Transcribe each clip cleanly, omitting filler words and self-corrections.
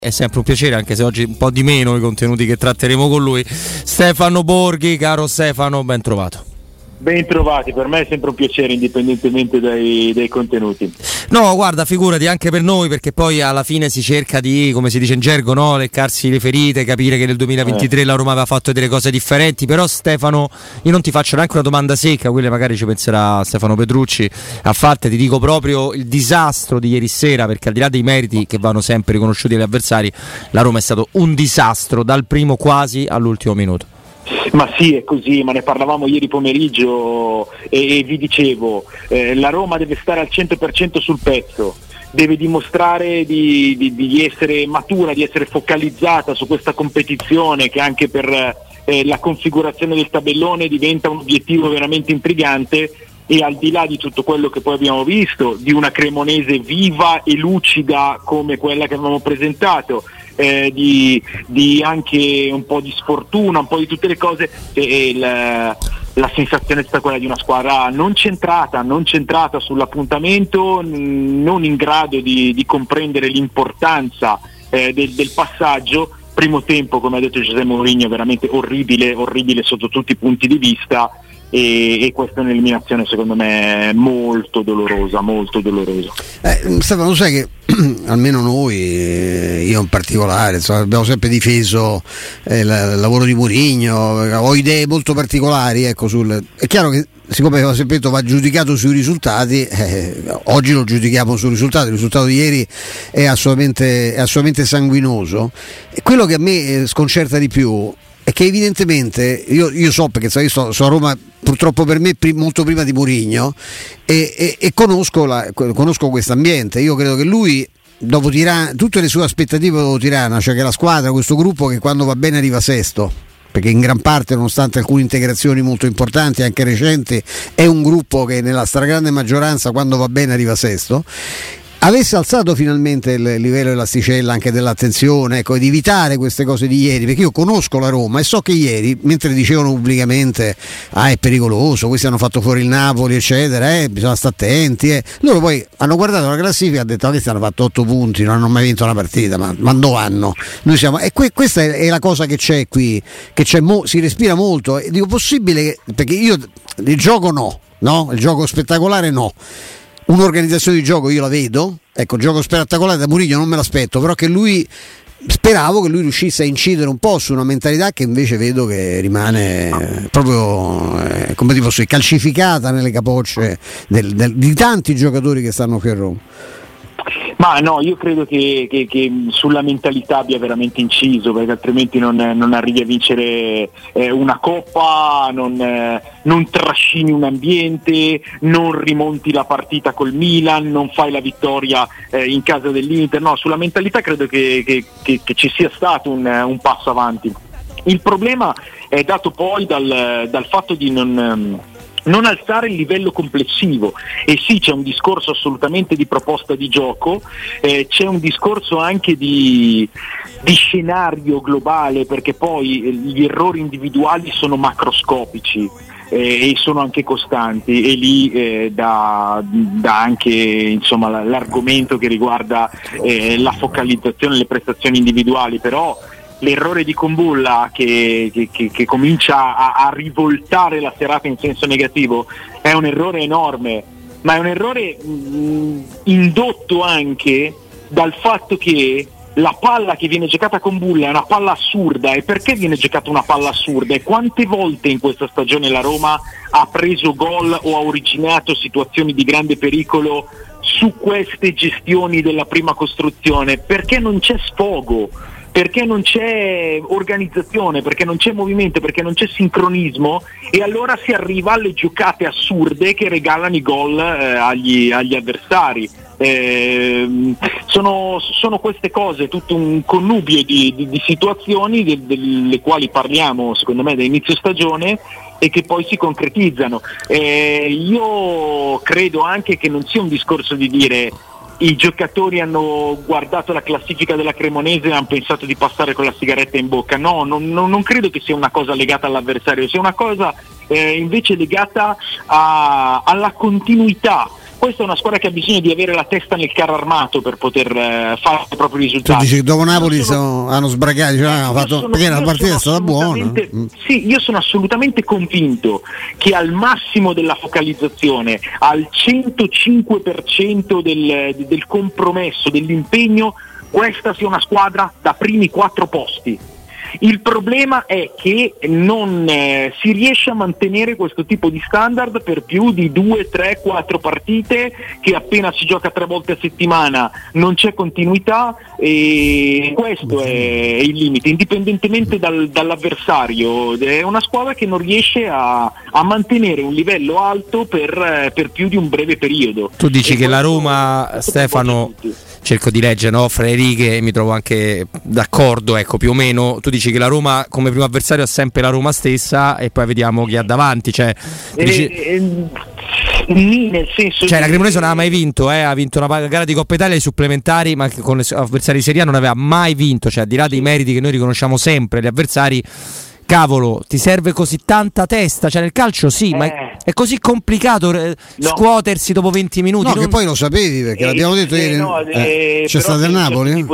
È sempre un piacere, anche se oggi un po' di meno i contenuti che tratteremo con lui. Stefano Borghi, caro Stefano, ben trovato. Ben trovati, per me è sempre un piacere indipendentemente dai contenuti. No, guarda, figurati, anche per noi, perché poi alla fine si cerca di, come si dice in gergo, no, leccarsi le ferite, capire che nel 2023 la Roma aveva fatto delle cose differenti. Però Stefano, io non ti faccio neanche una domanda secca, quelle magari ci penserà Stefano Petrucci a fatte, ti dico proprio il disastro di ieri sera, perché al di là dei meriti che vanno sempre riconosciuti agli avversari, la Roma è stato un disastro dal primo quasi all'ultimo minuto. Ma sì, è così, ma ne parlavamo ieri pomeriggio e vi dicevo, la Roma deve stare al 100% sul pezzo, deve dimostrare di essere matura, di essere focalizzata su questa competizione che anche per la configurazione del tabellone diventa un obiettivo veramente intrigante. E al di là di tutto quello che poi abbiamo visto, di una Cremonese viva e lucida come quella che avevamo presentato, di anche un po' di sfortuna, un po' di tutte le cose, la sensazione è stata quella di una squadra non centrata sull'appuntamento, non in grado di comprendere l'importanza del passaggio. Primo tempo, come ha detto José Mourinho, veramente orribile sotto tutti i punti di vista. E questa è un'eliminazione secondo me molto dolorosa. Stefano, lo sai che almeno noi, io in particolare, insomma, abbiamo sempre difeso il lavoro di Mourinho, ho idee molto particolari, ecco, è chiaro che siccome abbiamo sempre detto va giudicato sui risultati, oggi lo giudichiamo sul risultato. Il risultato di ieri è assolutamente sanguinoso, e quello che a me sconcerta di più è che evidentemente io so, perché io sto a Roma purtroppo per me molto prima di Mourinho, e conosco questo ambiente. Io credo che lui, dopo Tirana, tutte le sue aspettative dopo Tirana, cioè che la squadra, questo gruppo che quando va bene arriva sesto, perché in gran parte, nonostante alcune integrazioni molto importanti anche recenti, è un gruppo che nella stragrande maggioranza quando va bene arriva sesto, avesse alzato finalmente il livello dell'asticella anche dell'attenzione, ecco, di evitare queste cose di ieri, perché io conosco la Roma e so che ieri, mentre dicevano pubblicamente è pericoloso, questi hanno fatto fuori il Napoli eccetera, bisogna stare attenti, loro poi hanno guardato la classifica e hanno detto questi hanno fatto 8 punti, non hanno mai vinto una partita, ma dove vanno? Noi siamo, e questa è la cosa che c'è qui, che si respira molto, e dico possibile perché io il gioco no, il gioco spettacolare no. Un'organizzazione di gioco io la vedo, ecco, il gioco spettacolare da Mourinho non me l'aspetto, però speravo che lui riuscisse a incidere un po' su una mentalità che invece vedo che rimane proprio, come ti posso dire, calcificata nelle capocce di tanti giocatori che stanno qui a Roma. Ma no, io credo che sulla mentalità abbia veramente inciso, perché altrimenti non arrivi a vincere una coppa, non trascini un ambiente, non rimonti la partita col Milan, non fai la vittoria in casa dell'Inter. No, sulla mentalità credo che ci sia stato un passo avanti. Il problema è dato poi dal fatto di non alzare il livello complessivo, e sì, c'è un discorso assolutamente di proposta di gioco, c'è un discorso anche di scenario globale, perché poi gli errori individuali sono macroscopici e sono anche costanti, e lì dà anche insomma l'argomento che riguarda la focalizzazione, le prestazioni individuali. Però l'errore di Kumbulla che comincia a rivoltare la serata in senso negativo è un errore enorme, ma è un errore indotto anche dal fatto che la palla che viene giocata con Kumbulla è una palla assurda. E perché viene giocata una palla assurda? E quante volte in questa stagione la Roma ha preso gol o ha originato situazioni di grande pericolo su queste gestioni della prima costruzione? Perché non c'è sfogo, perché non c'è organizzazione, perché non c'è movimento, perché non c'è sincronismo, e allora si arriva alle giocate assurde che regalano i gol agli avversari. Sono queste cose, tutto un connubio di situazioni delle quali parliamo secondo me da inizio stagione e che poi si concretizzano. Io credo anche che non sia un discorso di dire i giocatori hanno guardato la classifica della Cremonese e hanno pensato di passare con la sigaretta in bocca. No, non credo che sia una cosa legata all'avversario, sia una cosa invece legata alla continuità questa è una squadra che ha bisogno di avere la testa nel carro armato per poter fare i propri risultati. Tu dici che dopo Napoli hanno sbragato, hanno fatto, perché la partita è stata buona. Sì, io sono assolutamente convinto che al massimo della focalizzazione, al 105% del compromesso, dell'impegno, questa sia una squadra da primi 4 posti. Il problema è che non si riesce a mantenere questo tipo di standard per più di 2, 3, 4 partite, che appena si gioca 3 volte a settimana non c'è continuità, e questo è il limite, indipendentemente dall'avversario. È una squadra che non riesce a mantenere un livello alto per più di un breve periodo. Tu dici che la Roma, Stefano, cerco di leggere, no, fra le righe, e mi trovo anche d'accordo, ecco, più o meno. Tu dici che la Roma come primo avversario ha sempre la Roma stessa, e poi vediamo chi ha davanti, cioè nel senso, cioè la Cremonese non aveva mai vinto, ha vinto una gara di Coppa Italia ai supplementari, ma con gli avversari di Serie A non aveva mai vinto, cioè al di là dei meriti che noi riconosciamo sempre agli avversari. Cavolo, ti serve così tanta testa? Cioè nel calcio sì, ma è così complicato scuotersi dopo 20 minuti. No, che poi lo sapevi, perché l'abbiamo detto ieri. C'è stato il Napoli? Un tipo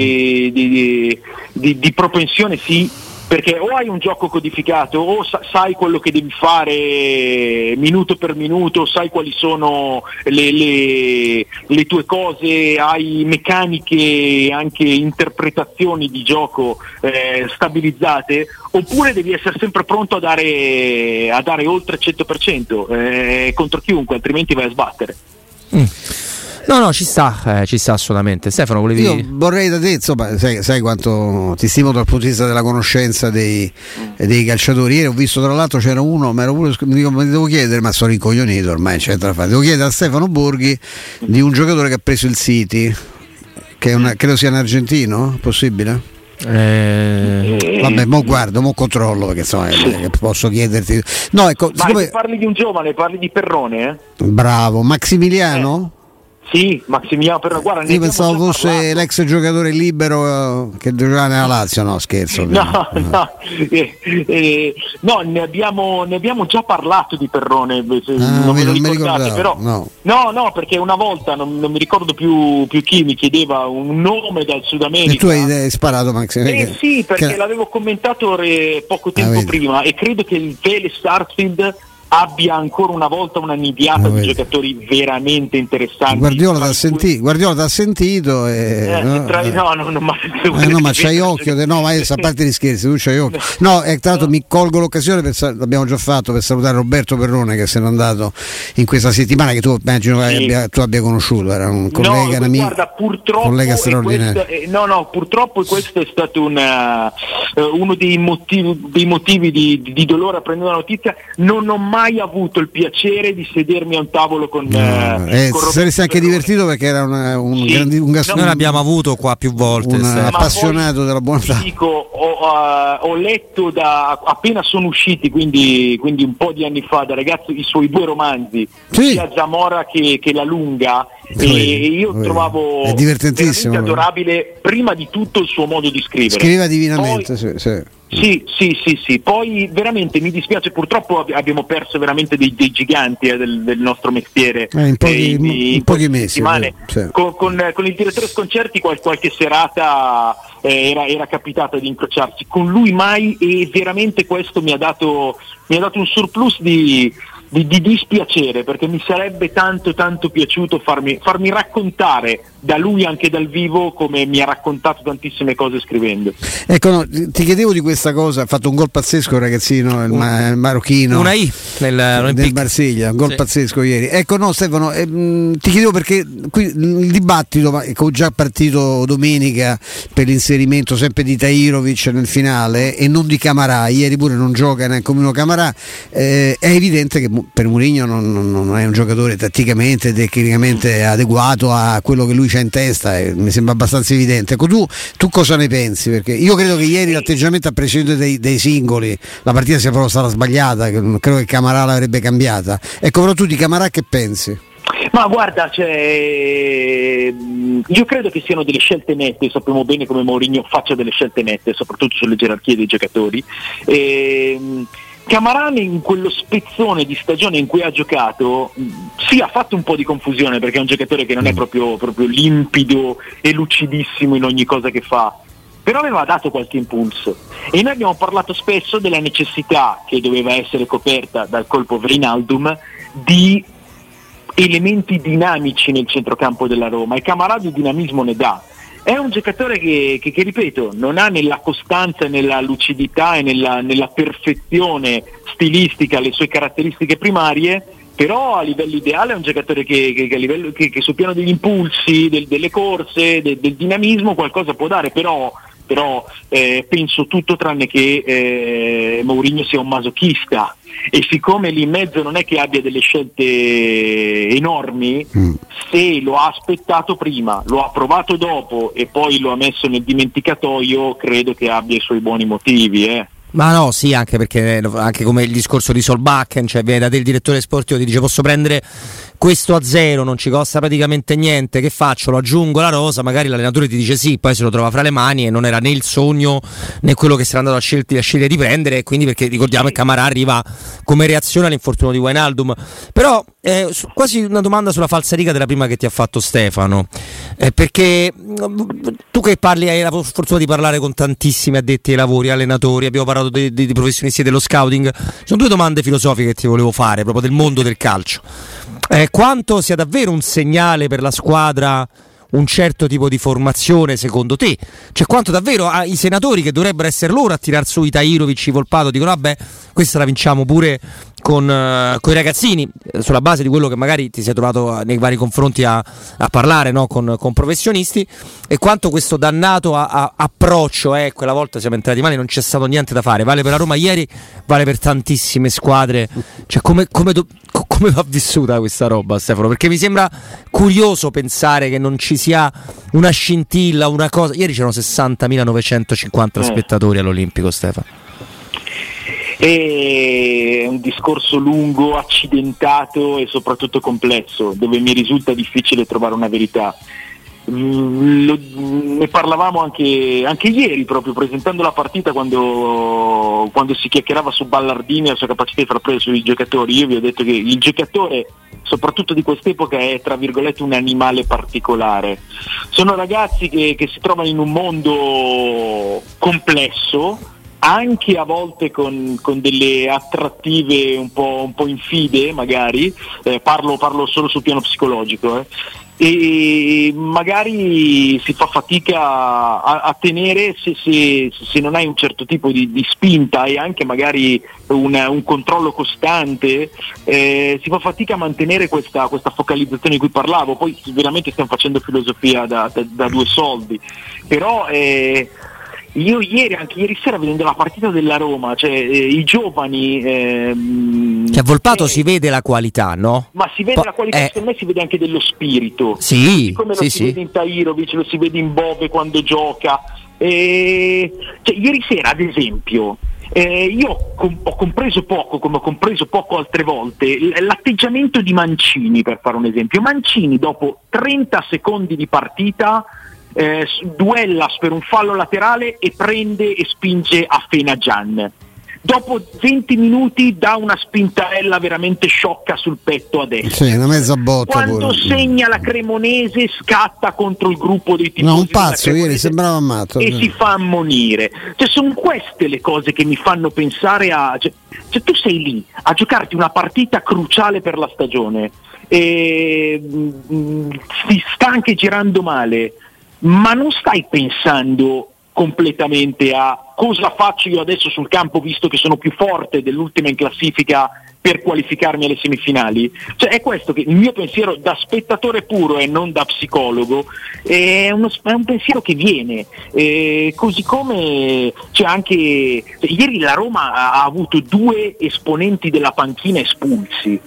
di propensione, sì, perché o hai un gioco codificato o sai quello che devi fare minuto per minuto, sai quali sono le tue cose, hai meccaniche, anche interpretazioni di gioco stabilizzate, oppure devi essere sempre pronto a dare oltre il 100% contro chiunque, altrimenti vai a sbattere. No, ci sta assolutamente. Stefano, volevi... Io vorrei da te, insomma, sai quanto ti stimo dal punto di vista della conoscenza dei calciatori. Ieri ho visto, tra l'altro c'era uno, ma ero pure, mi devo chiedere, ma sono rincoglionito ormai, c'è da fare. Devo chiedere a Stefano Borghi di un giocatore che ha preso il City, che credo sia un argentino, possibile? Vabbè, mo controllo, perché insomma posso chiederti. No, ecco, ma siccome... parli di un giovane, parli di Perrone, Bravo, Maximiliano? Sì, Massimiliano Perrone, guarda, io pensavo fosse l'ex giocatore libero che giocava nella Lazio, no scherzo. No, ne abbiamo già parlato di Perrone, non me lo ricordate, però no, perché una volta non mi ricordo più chi mi chiedeva un nome dal Sud America. E tu hai sparato Maximiliano? Sì, perché l'avevo commentato poco tempo prima, e credo che il Vélez Sarsfield abbia ancora una volta una nidiata di giocatori veramente interessanti. Guardiola t'ha sentito ma c'hai occhio, ma a parte gli scherzi, tu c'hai occhio. Tra l'altro mi colgo l'occasione l'abbiamo già fatto, per salutare Roberto Perrone, che se n'è andato in questa settimana, che tu immagino tu abbia conosciuto, era un collega, un amico. Guarda, purtroppo collega straordinario. Purtroppo questo è stato uno dei motivi di dolore a prendere la notizia. Non ho mai avuto il piacere di sedermi a un tavolo con saresti anche divertito, perché era un noi l'abbiamo avuto qua più volte, un appassionato della buona vita. Ho letto appena sono usciti, quindi un po' di anni fa, da ragazzo, i suoi 2 romanzi, sia Zamora che La Lunga, e io trovavo è divertentissimo, veramente adorabile, prima di tutto il suo modo di scrivere. Scriveva divinamente, Sì. Poi veramente mi dispiace, purtroppo abbiamo perso veramente dei giganti del nostro mestiere in pochi mesi. Con il direttore Sconcerti qualche serata era capitata di incrociarsi, con lui mai, e veramente questo mi ha dato un surplus di dispiacere, perché mi sarebbe tanto piaciuto farmi raccontare da lui, anche dal vivo, come mi ha raccontato tantissime cose scrivendo. Ecco, ti chiedevo di questa cosa. Ha fatto un gol pazzesco il ragazzzino, il marocchino, una I nel Marsiglia, un gol pazzesco ieri. Ecco, no Stefano, ti chiedevo perché qui il dibattito è già partito domenica per l'inserimento sempre di Tahirovic nel finale e non di Camarà. Ieri pure non gioca neanche uno Camarà. È evidente che per Mourinho non è un giocatore tatticamente, tecnicamente adeguato a quello che lui c'ha in testa, mi sembra abbastanza evidente. Ecco, tu cosa ne pensi? Perché io credo che ieri l'atteggiamento, a prescindere dei singoli, la partita sia proprio stata sbagliata, credo che Camarà l'avrebbe cambiata. Ecco, però tu di Camarà che pensi? Ma guarda, io credo che siano delle scelte nette, sappiamo bene come Mourinho faccia delle scelte nette, soprattutto sulle gerarchie dei giocatori. Camarani in quello spezzone di stagione in cui ha giocato sì, ha fatto un po' di confusione, perché è un giocatore che non è proprio limpido e lucidissimo in ogni cosa che fa, però aveva dato qualche impulso, e noi abbiamo parlato spesso della necessità, che doveva essere coperta dal colpo Wijnaldum, di elementi dinamici nel centrocampo della Roma, e Camarà di dinamismo ne dà. È un giocatore che ripeto, non ha nella costanza, nella lucidità e nella perfezione stilistica le sue caratteristiche primarie, però a livello ideale è un giocatore che sul piano degli impulsi, delle corse, del dinamismo qualcosa può dare, però penso tutto tranne che Mourinho sia un masochista, e siccome lì in mezzo non è che abbia delle scelte enormi, se lo ha aspettato prima, lo ha provato dopo e poi lo ha messo nel dimenticatoio, credo che abbia i suoi buoni motivi. Ma no, sì, anche perché anche come il discorso di Solbakken, cioè viene da te il direttore sportivo, ti dice posso prendere questo a zero, non ci costa praticamente niente, che faccio? Lo aggiungo alla rosa, magari l'allenatore ti dice sì, poi se lo trova fra le mani e non era né il sogno né quello che si era andato a scegliere di prendere, e quindi, perché ricordiamo che Camarà arriva come reazione all'infortunio di Wijnaldum. Però quasi una domanda sulla falsariga della prima che ti ha fatto Stefano, perché tu che parli, hai la fortuna di parlare con tantissimi addetti ai lavori, allenatori, abbiamo parlato dei professionisti dello scouting, sono due domande filosofiche che ti volevo fare proprio del mondo del calcio. Quanto sia davvero un segnale per la squadra un certo tipo di formazione secondo te? Cioè quanto davvero i senatori, che dovrebbero essere loro a tirar su i Tahirovic, i Volpato, dicono vabbè, questa la vinciamo pure con i ragazzini, sulla base di quello che magari ti sei trovato nei vari confronti a parlare, no? con professionisti, e quanto questo dannato approccio, quella volta siamo entrati male, non c'è stato niente da fare, vale per la Roma ieri, vale per tantissime squadre, cioè come va vissuta questa roba, Stefano? Perché mi sembra curioso pensare che non ci sia una scintilla, una cosa. Ieri c'erano 60.950 spettatori all'Olimpico, Stefano. È un discorso lungo, accidentato e soprattutto complesso, dove mi risulta difficile trovare una verità. Ne parlavamo anche ieri, proprio presentando la partita, quando si chiacchierava su Ballardini e la sua capacità di far presa sui giocatori. Io vi ho detto che il giocatore, soprattutto di quest'epoca, è tra virgolette un animale particolare. Sono ragazzi che si trovano in un mondo complesso, anche a volte con delle attrattive un po' infide magari, parlo solo sul piano psicologico, e magari si fa fatica a tenere se non hai un certo tipo di spinta e anche magari un controllo costante, si fa fatica a mantenere questa focalizzazione di cui parlavo. Poi veramente stiamo facendo filosofia da due soldi, però io anche ieri sera, vedendo la partita della Roma, cioè i giovani, che a Volpato si vede la qualità, no? Ma si vede la qualità, secondo me si vede anche dello spirito, sì, come lo si vede in Tahirovic, lo si vede in Bove quando gioca, cioè, ieri sera ad esempio io ho compreso poco, come ho compreso poco altre volte, l'atteggiamento di Mancini, per fare un esempio. Mancini dopo 30 secondi di partita duella per un fallo laterale e prende e spinge a Fenagian. Dopo 20 minuti dà una spintarella veramente sciocca sul petto a destra. Sì, una mezza botta. Quando pure segna la Cremonese scatta contro il gruppo dei tifosi. No, un pazzo, ieri sembrava matto. E si fa ammonire. Cioè, sono queste le cose che mi fanno pensare a... Cioè, tu sei lì a giocarti una partita cruciale per la stagione, e si sta anche girando male, ma non stai pensando completamente a cosa faccio io adesso sul campo, visto che sono più forte dell'ultima in classifica, per qualificarmi alle semifinali. Cioè è questo che il mio pensiero da spettatore puro e non da psicologo, è un pensiero che viene, così come c'è anche ieri la Roma ha avuto 2 esponenti della panchina espulsi,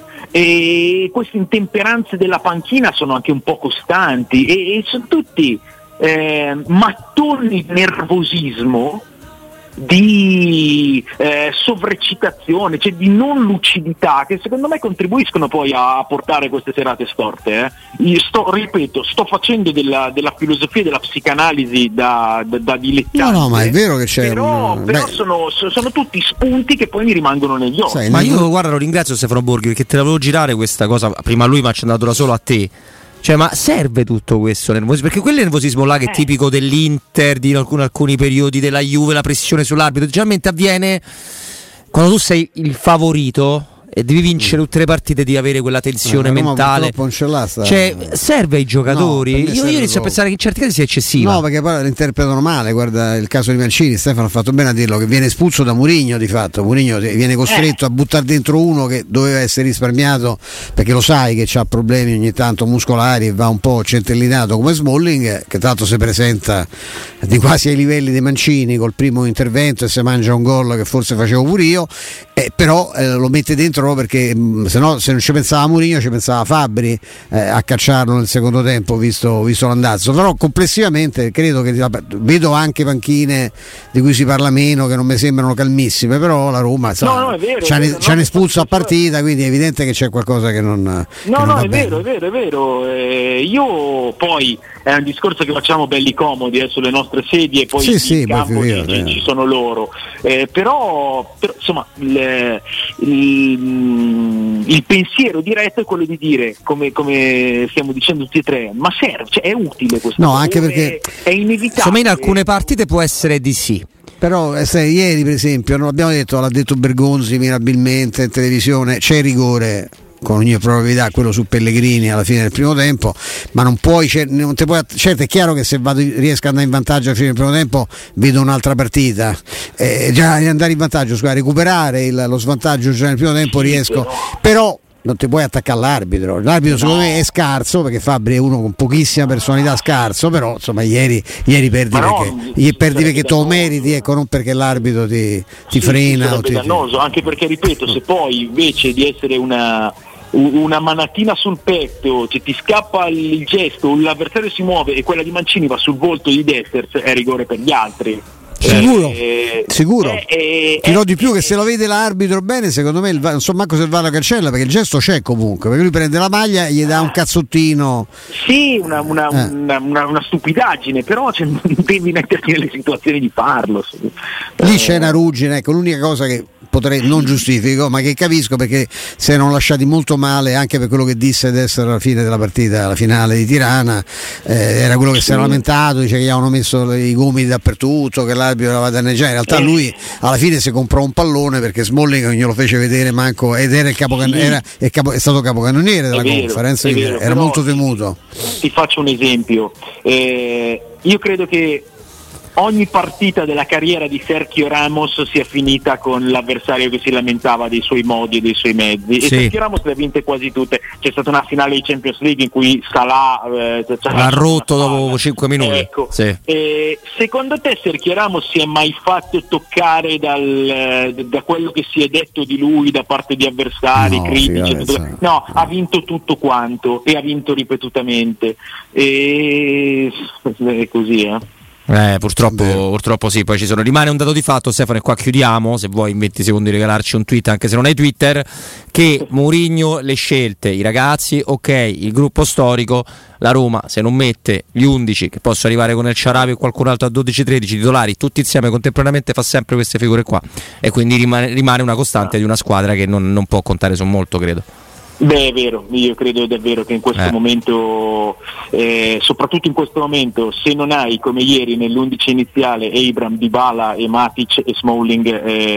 e queste intemperanze della panchina sono anche un po' costanti, e sono tutti mattoni di nervosismo di sovreccitazione, cioè di non lucidità, che secondo me contribuiscono poi a portare queste serate storte. Io sto facendo della filosofia della psicanalisi da dilettante. No, ma è vero che c'è. Però sono tutti spunti che poi mi rimangono negli occhi. Ma io guarda, lo ringrazio Stefano Borghi, perché te la volevo girare questa cosa prima a lui, ma ci è andato da solo a te. Cioè, ma serve tutto questo nervosismo? Perché quel nervosismo là che è tipico dell'Inter, di alcuni periodi della Juve, la pressione sull'arbitro, generalmente avviene quando tu sei il favorito e devi vincere tutte le partite, di avere quella tensione mentale. Cioè, serve ai giocatori? No, io inizio a pensare che in certi casi sia eccessiva. No, perché poi l'interpretano male. Guarda il caso di Mancini, Stefano ha fatto bene a dirlo, che viene espulso da Mourinho di fatto. Mourinho viene costretto a buttare dentro uno che doveva essere risparmiato, perché lo sai che ha problemi ogni tanto muscolari e va un po' centellinato come Smalling, che tra l'altro si presenta di quasi ai livelli dei Mancini col primo intervento e si mangia un gol che forse facevo pure io, però lo mette dentro perché se non ci pensava Mourinho ci pensava Fabbri a cacciarlo nel secondo tempo, visto l'andazzo. Però complessivamente credo che vedo anche panchine di cui si parla meno, che non mi sembrano calmissime, però la Roma ci hanno espulso a partita, quindi è evidente che c'è qualcosa che non è vero. Io poi è un discorso che facciamo belli comodi sulle nostre sedie, poi in campo ci sono loro, però insomma il pensiero diretto è quello di dire, come stiamo dicendo tutti e tre, ma serve, cioè è utile questo? No, anche perché è inevitabile. Insomma, in alcune partite può essere di sì. Però ieri per esempio non abbiamo detto, l'ha detto Bergonzi mirabilmente in televisione, c'è rigore con ogni probabilità, quello su Pellegrini alla fine del primo tempo, ma non puoi, certo è chiaro che se riesco ad andare in vantaggio alla fine del primo tempo vedo un'altra partita, già andare in vantaggio, recuperare lo svantaggio già nel primo tempo riesco, però non ti puoi attaccare all'arbitro. L'arbitro secondo me è scarso, perché Fabbri è uno con pochissima personalità, scarso, però insomma ieri perdi perché tu lo meriti, non perché l'arbitro ti frena o dannoso, anche perché ripeto, se poi invece di essere una manatina sul petto, ti scappa il gesto, l'avversario si muove e quella di Mancini va sul volto di Desters, è rigore per gli altri. Sicuro. Dirò di più, che se lo vede l'arbitro bene, secondo me non so manco se il VAR lo cancella, perché il gesto c'è comunque, perché lui prende la maglia e gli dà un cazzottino. Sì, una stupidaggine, però devi metterti nelle situazioni di farlo. Lì c'è una ruggine, l'unica cosa che non giustifico, ma che capisco, perché si erano lasciati molto male anche per quello che disse adesso alla fine della partita, alla finale di Tirana, era quello che si era lamentato, dice che gli avevano messo i gomiti dappertutto, che l'arbitro l'aveva danneggiato. In realtà lui alla fine si comprò un pallone, perché Smalling non glielo fece vedere manco, ed era è stato capocannoniere della conferenza, era molto temuto. Ti faccio un esempio, io credo che ogni partita della carriera di Sergio Ramos sia finita con l'avversario che si lamentava dei suoi modi e dei suoi mezzi, e Sergio Ramos le ha vinte quasi tutte. C'è stata una finale di Champions League in cui Salah l'ha rotto dopo 5 minuti. Ecco. Secondo te Sergio Ramos si è mai fatto toccare da quello che si è detto di lui da parte di avversari, critici? No, ha vinto tutto quanto e ha vinto ripetutamente, e è così, purtroppo sì, poi rimane un dato di fatto, Stefano, e qua chiudiamo, se vuoi in 20 secondi regalarci un tweet, anche se non hai Twitter, che Mourinho, le scelte, i ragazzi, ok, il gruppo storico, la Roma se non mette gli 11 che possono arrivare con El Shaarawy e qualcun altro a 12-13 titolari tutti insieme contemporaneamente, fa sempre queste figure qua, e quindi rimane una costante di una squadra che non può contare su molto, credo. Beh, è vero, io credo davvero che in questo momento, soprattutto in questo momento, se non hai come ieri nell'11 iniziale Abraham, Dybala e Matic e Smalling,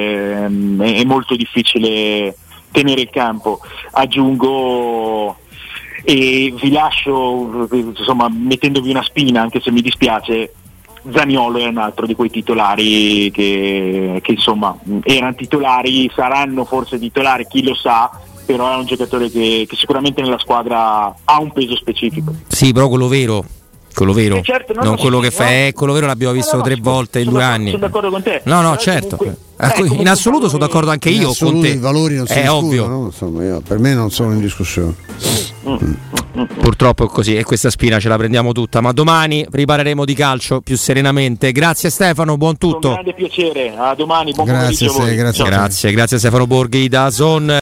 è molto difficile tenere il campo. Aggiungo e vi lascio, insomma, mettendovi una spina, anche se mi dispiace, Zaniolo è un altro di quei titolari che insomma erano titolari, saranno forse titolari, chi lo sa, però è un giocatore che sicuramente nella squadra ha un peso specifico. Sì, però quello vero, certo, non quello che fa, quello vero l'abbiamo visto 3 volte in 2 anni. Sono d'accordo con te. No, certo. Comunque, in assoluto sono d'accordo anche io con te. I valori non sono ovvio. No? Insomma, per me non sono in discussione. Purtroppo è così, e questa spina ce la prendiamo tutta, ma domani ripareremo di calcio più serenamente. Grazie Stefano, buon tutto. Con grande piacere, a domani, buon Grazie, pomeriggio a voi. grazie. Grazie Stefano Borghi da Zon.